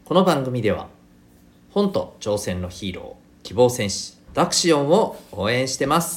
この番組では本と挑戦のヒーロー、希望戦士ダクシオンを応援してます。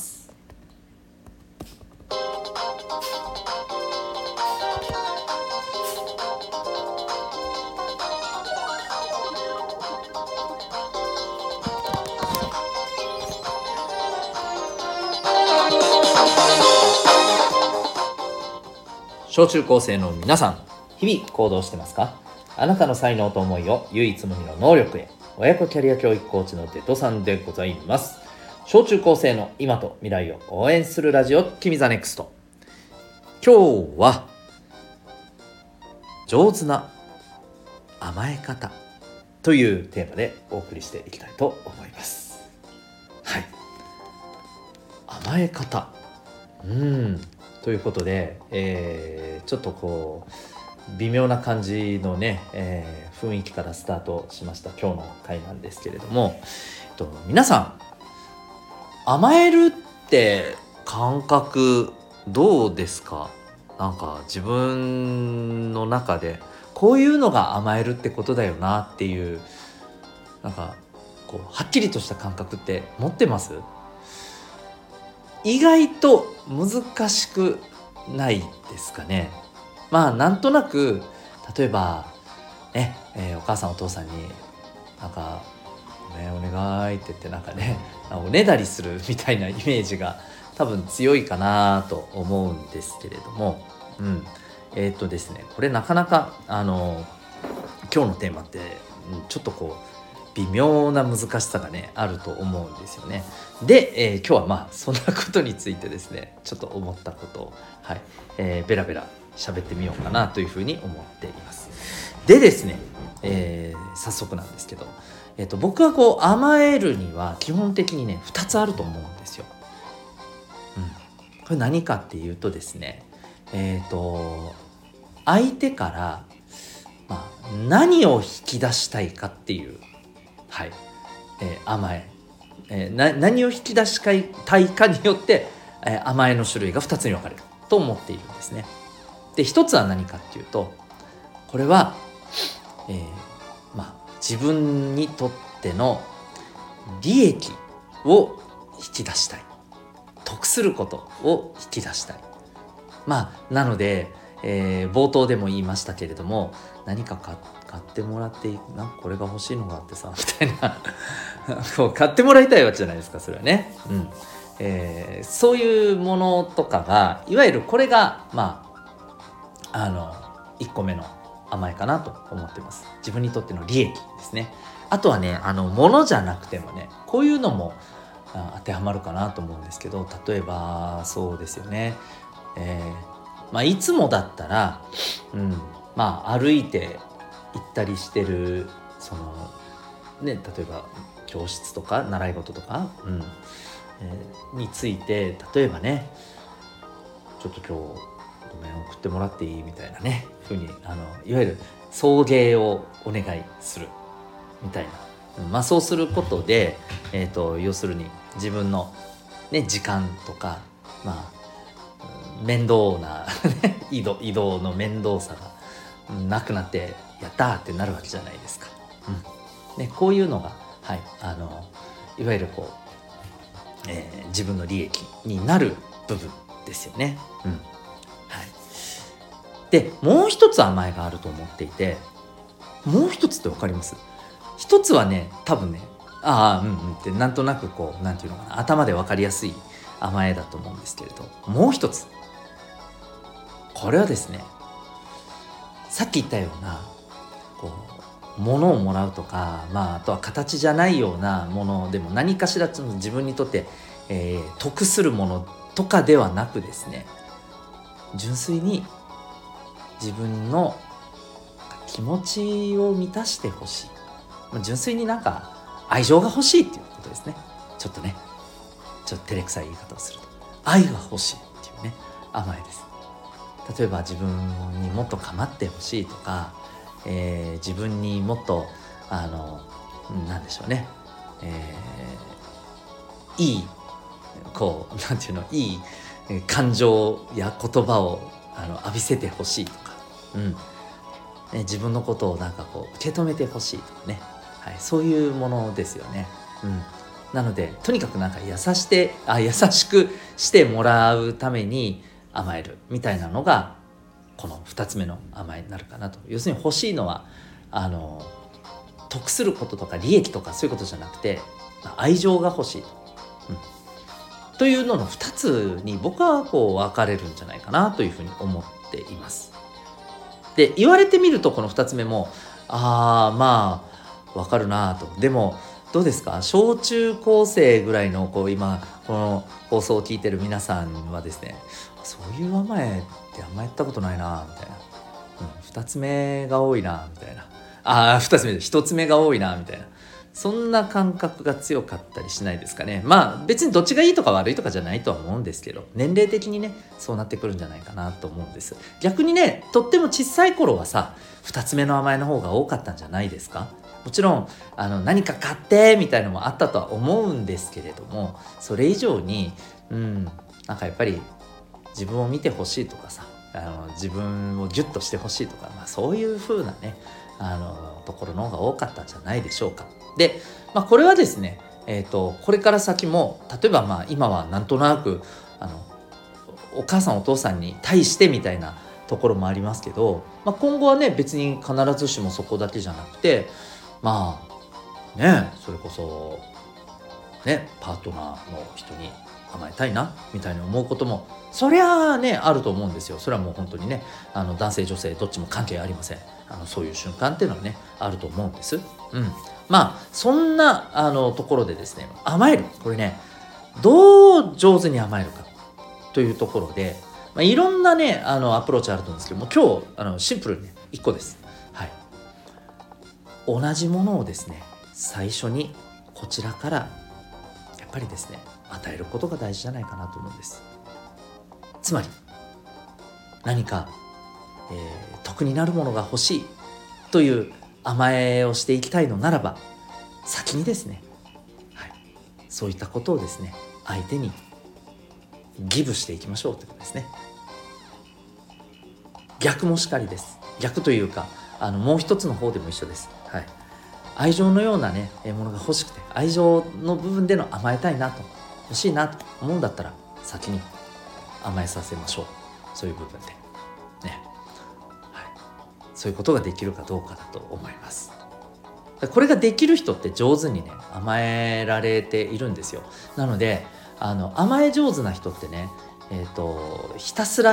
小中高生の皆さん、日々行動してますか？あなたの才能と思いを唯一無二の能力へ。親子キャリア教育コーチのデトさんでございます。小中高生の今と未来を応援するラジオ、君ザネクスト。今日は上手な甘え方というテーマでお送りしていきたいと思います。はい、甘え方ということで、ちょっとこう微妙な感じのね、雰囲気からスタートしました今日の回なんですけれども、皆さん甘えるって感覚どうですか？なんか自分の中でこういうのが甘えるってことだよなっていう、なんかこうはっきりとした感覚って持ってます？意外と難しくないですかね。なんとなく例えばね、お母さんお父さんになんかお願いって言ってなんかねおねだりするみたいなイメージが多分強いかなと思うんですけれども、ですね、これなかなか今日のテーマってちょっとこう微妙な難しさがねあると思うんですよね。で、今日はそんなことについてですね、ちょっと思ったことをベラベラ喋ってみようかなというふうに思っています。でですね、早速なんですけど、僕はこう甘えるには基本的にね2つあると思うんですよ。これ何かっていうとですね、相手から何を引き出したいかっていう、甘え、何を引き出したいかによって、甘えの種類が2つに分かれると思っているんですね。で、1つは何かっていうと、これは、自分にとっての利益を引き出したい、得することを引き出したい。なので、冒頭でも言いましたけれども、何か買ってもらってなんかこれが欲しいのがあってさみたいなこう買ってもらいたいわけじゃないですか、それはね。そういうものとかが、いわゆるこれが1個目の甘えかなと思ってます。自分にとっての利益ですね。あとはね、物じゃなくてもね、こういうのも当てはまるかなと思うんですけど、例えばそうですよね、いつもだったら、歩いて行ったりしてる例えば教室とか習い事とか、について、例えばね、ちょっと今日ごめん送ってもらっていいみたいなねふうにいわゆる送迎をお願いするみたいな、そうすることで、要するに自分の、時間とか、面倒な移動の面倒さがなくなってやったーってなるわけじゃないですか。こういうのが、いわゆるこう、自分の利益になる部分ですよね。で、もう一つ甘えがあると思っていて、もう一つって分かります？一つはね、多分ね、ってなんとなくこう、なんていうのかな、頭で分かりやすい甘えだと思うんですけれど、もう一つ、これはですね、さっき言ったようなこう物をもらうとか、あとは形じゃないようなものでも、何かしら自分にとって、得するものとかではなくですね、純粋に自分の気持ちを満たしてほしい、純粋になんか愛情が欲しいっていうことですね。ちょっと照れくさい言い方をすると、愛が欲しいっていうね、甘えです。例えば自分にもっと構ってほしいとか、自分にもっとなんでしょうね、いいこうなんていうの、いい感情や言葉を浴びせてほしいとか、 自分のことをなんかこう受け止めてほしいとかね、はい、そういうものですよね。なのでとにかくなんか優しくしてもらうために甘えるみたいなのがこの2つ目の甘えになるかなと。要するに欲しいのは得することとか利益とかそういうことじゃなくて愛情が欲しい、というのの2つに僕はこう分かれるんじゃないかなというふうに思っています。で言われてみるとこの2つ目もまあ分かるなと。でもどうですか、小中高生ぐらいのこう今この放送を聞いてる皆さんはですね、そういう甘えってあんまやったことないなみたいな、2つ目が多いなみたいな、2つ目で1つ目が多いなみたいな、そんな感覚が強かったりしないですかね。まあ別にどっちがいいとか悪いとかじゃないとは思うんですけど、年齢的にねそうなってくるんじゃないかなと思うんです。逆にねとっても小さい頃はさ2つ目の甘えの方が多かったんじゃないですか。もちろん何か買ってみたいのもあったとは思うんですけれども、それ以上になんかやっぱり自分を見てほしいとかさ、自分をギュッとしてほしいとか、そういう風なねところの方が多かったんじゃないでしょうか。で、これはですね、これから先も例えば今はなんとなくお母さんお父さんに対してみたいなところもありますけど、今後はね別に必ずしもそこだけじゃなくてそれこそねパートナーの人に甘えたいなみたいに思うこともそりゃあねあると思うんですよ。それはもう本当にね男性女性どっちも関係ありません。そういう瞬間っていうのはねあると思うんです。そんなところでですね、甘えるこれねどう上手に甘えるかというところで、いろんなねアプローチあると思うんですけども、今日シンプルにね1個です。はい、同じものをですね最初にこちらからやっぱりですね与えることが大事じゃないかなと思うんです。つまり何か、得になるものが欲しいという甘えをしていきたいのならば先にですね、そういったことをですね相手にギブしていきましょうということですね。逆もしかりです。逆というかもう一つの方でも一緒です。愛情のようなねものが欲しくて愛情の部分での甘えたいなと欲しいなと思うんだったら先に甘えさせましょう。そういう部分でね、そういうことができるかどうかだと思います。これができる人って上手にね甘えられているんですよ。なので甘え上手な人ってねひたすら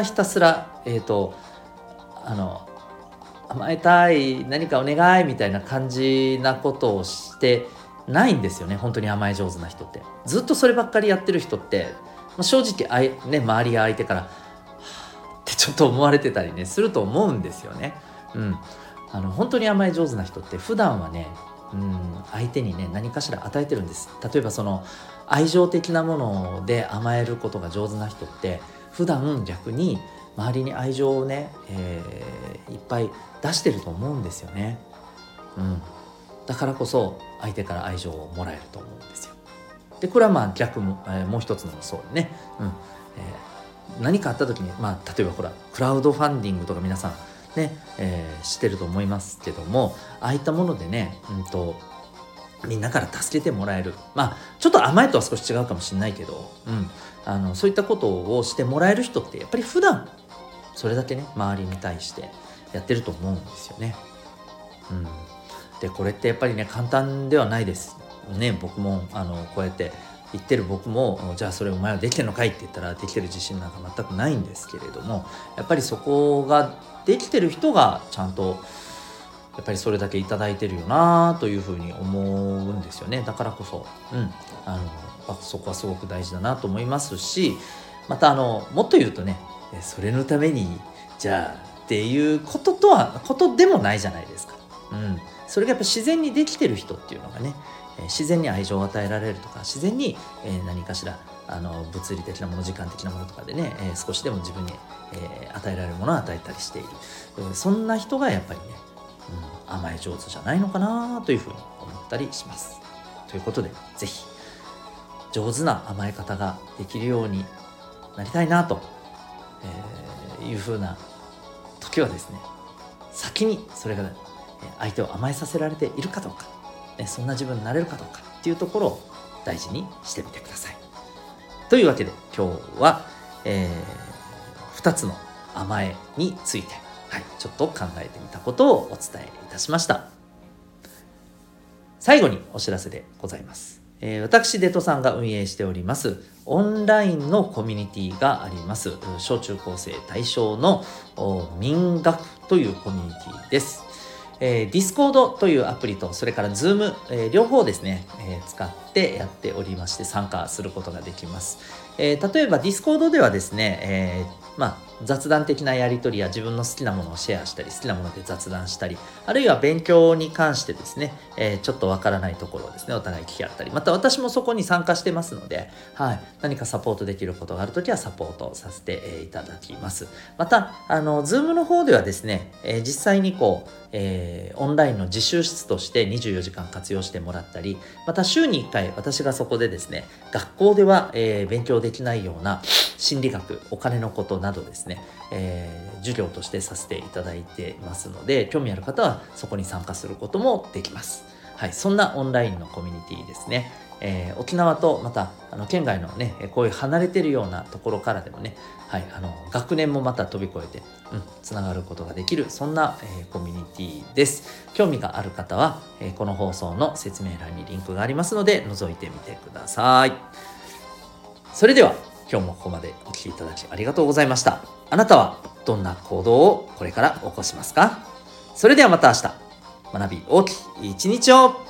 甘えたい何かお願いみたいな感じなことをしてないんですよね。本当に甘え上手な人ってずっとそればっかりやってる人って正直周りや相手からってちょっと思われてたりねすると思うんですよね。本当に甘え上手な人って普段はね相手にね何かしら与えてるんです。例えばその愛情的なもので甘えることが上手な人って普段逆に周りに愛情をね、いっぱい出してると思うんですよね。だからこそ相手から愛情をもらえると思うんですよ。でこれは逆も、もう一つのそうね、何かあった時に例えばクラウドファンディングとか皆さんね、知ってると思いますけども、ああいったものでね、みんなから助けてもらえる、ちょっと甘えとは少し違うかもしれないけど、そういったことをしてもらえる人ってやっぱり普段それだけね周りに対してやってると思うんですよね。でこれってやっぱりね簡単ではないですね。僕もこうやって言ってる僕もじゃあそれお前はできてるのかいって言ったらできてる自信なんか全くないんですけれども、やっぱりそこができてる人がちゃんとやっぱりそれだけいただいてるよなというふうに思うんですよね。だからこそ、そこはすごく大事だなと思いますし、またもっと言うとねそれのためにじゃあっていうことでもないじゃないですか。それがやっぱ自然にできてる人っていうのがね自然に愛情を与えられるとか自然に何かしら物理的なもの時間的なものとかでね少しでも自分に与えられるものを与えたりしている、そんな人がやっぱりね甘え上手じゃないのかなというふうに思ったりします。ということでぜひ上手な甘え方ができるようになりたいなと、いうふうな時はですね先先にそれが相手を甘えさせられているかどうか、そんな自分になれるかどうかっていうところを大事にしてみてください。というわけで今日は、2つの甘えについて、ちょっと考えてみたことをお伝えいたしました。最後にお知らせでございます。私デトさんが運営しておりますオンラインのコミュニティがあります。小中高生対象の民学というコミュニティです。Discord というアプリとそれから Zoom、両方ですね、使ってやっておりまして参加することができます。例えば Discord ではですね、雑談的なやり取りや自分の好きなものをシェアしたり、好きなもので雑談したり、あるいは勉強に関してですね、ちょっとわからないところをですねお互い聞き合ったり、また私もそこに参加してますので、何かサポートできることがあるときはサポートさせていただきます。またZoom の方ではですね、実際にオンラインの自習室として24時間活用してもらったり、また週に1回私がそこでですね、学校では、勉強できないような心理学、お金のことなどですね、授業としてさせていただいていますので、興味ある方はそこに参加することもできます。そんなオンラインのコミュニティですね。沖縄とまた県外のね、こういう離れてるようなところからでもね、学年もまた飛び越えてつながることができる、そんな、コミュニティです。興味がある方は、この放送の説明欄にリンクがありますので覗いてみてください。それでは今日もここまでお聞きいただきありがとうございました。あなたはどんな行動をこれから起こしますか？それではまた明日、学び大きい一日を。